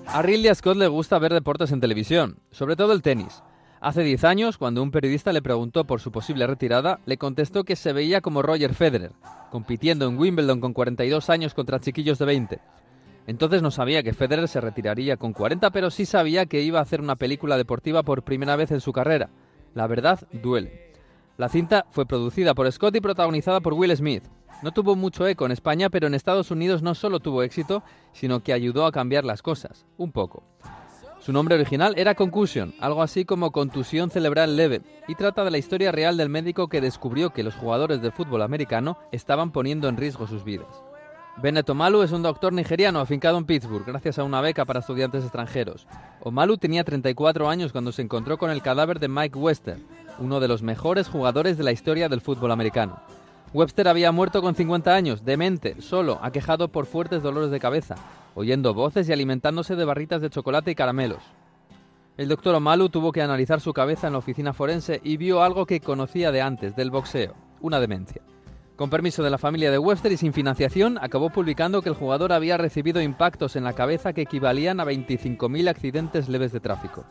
A Ridley Scott le gusta ver deportes en televisión, sobre todo el tenis. Hace 10 años, cuando un periodista le preguntó por su posible retirada, le contestó que se veía como Roger Federer, compitiendo en Wimbledon con 42 años contra chiquillos de 20. Entonces no sabía que Federer se retiraría con 40, pero sí sabía que iba a hacer una película deportiva por primera vez en su carrera. La verdad duele. La cinta fue producida por Scott y protagonizada por Will Smith. No tuvo mucho eco en España, pero en Estados Unidos no solo tuvo éxito, sino que ayudó a cambiar las cosas, un poco. Su nombre original era Concussion, algo así como contusión cerebral leve, y trata de la historia real del médico que descubrió que los jugadores de fútbol americano estaban poniendo en riesgo sus vidas. Bennett Omalu es un doctor nigeriano afincado en Pittsburgh gracias a una beca para estudiantes extranjeros. Omalu tenía 34 años cuando se encontró con el cadáver de Mike Webster, uno de los mejores jugadores de la historia del fútbol americano. Webster había muerto con 50 años, demente, solo, aquejado por fuertes dolores de cabeza, oyendo voces y alimentándose de barritas de chocolate y caramelos. El doctor Omalu tuvo que analizar su cabeza en la oficina forense y vio algo que conocía de antes, del boxeo, una demencia. Con permiso de la familia de Webster y sin financiación, acabó publicando que el jugador había recibido impactos en la cabeza que equivalían a 25.000 accidentes leves de tráfico.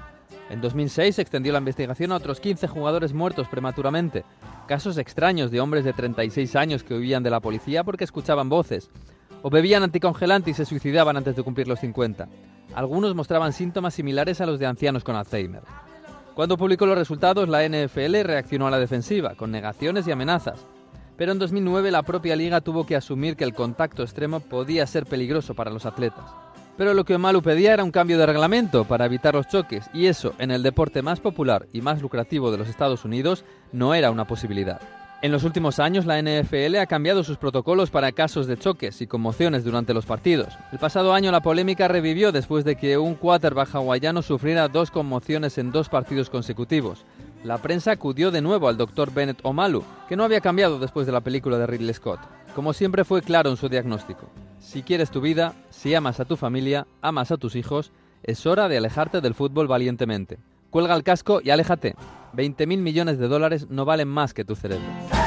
En 2006 se extendió la investigación a otros 15 jugadores muertos prematuramente, casos extraños de hombres de 36 años que huían de la policía porque escuchaban voces, o bebían anticongelante y se suicidaban antes de cumplir los 50. Algunos mostraban síntomas similares a los de ancianos con Alzheimer. Cuando publicó los resultados, la NFL reaccionó a la defensiva, con negaciones y amenazas. Pero en 2009 la propia liga tuvo que asumir que el contacto extremo podía ser peligroso para los atletas. Pero lo que Omalu pedía era un cambio de reglamento para evitar los choques, y eso, en el deporte más popular y más lucrativo de los Estados Unidos, no era una posibilidad. En los últimos años, la NFL ha cambiado sus protocolos para casos de choques y conmociones durante los partidos. El pasado año la polémica revivió después de que un quarterback hawaiano sufriera 2 conmociones en 2 partidos consecutivos. La prensa acudió de nuevo al Dr. Bennett Omalu, que no había cambiado después de la película de Ridley Scott. Como siempre fue claro en su diagnóstico. Si quieres tu vida, si amas a tu familia, amas a tus hijos, es hora de alejarte del fútbol valientemente. Cuelga el casco y aléjate. $20.000 millones no valen más que tu cerebro.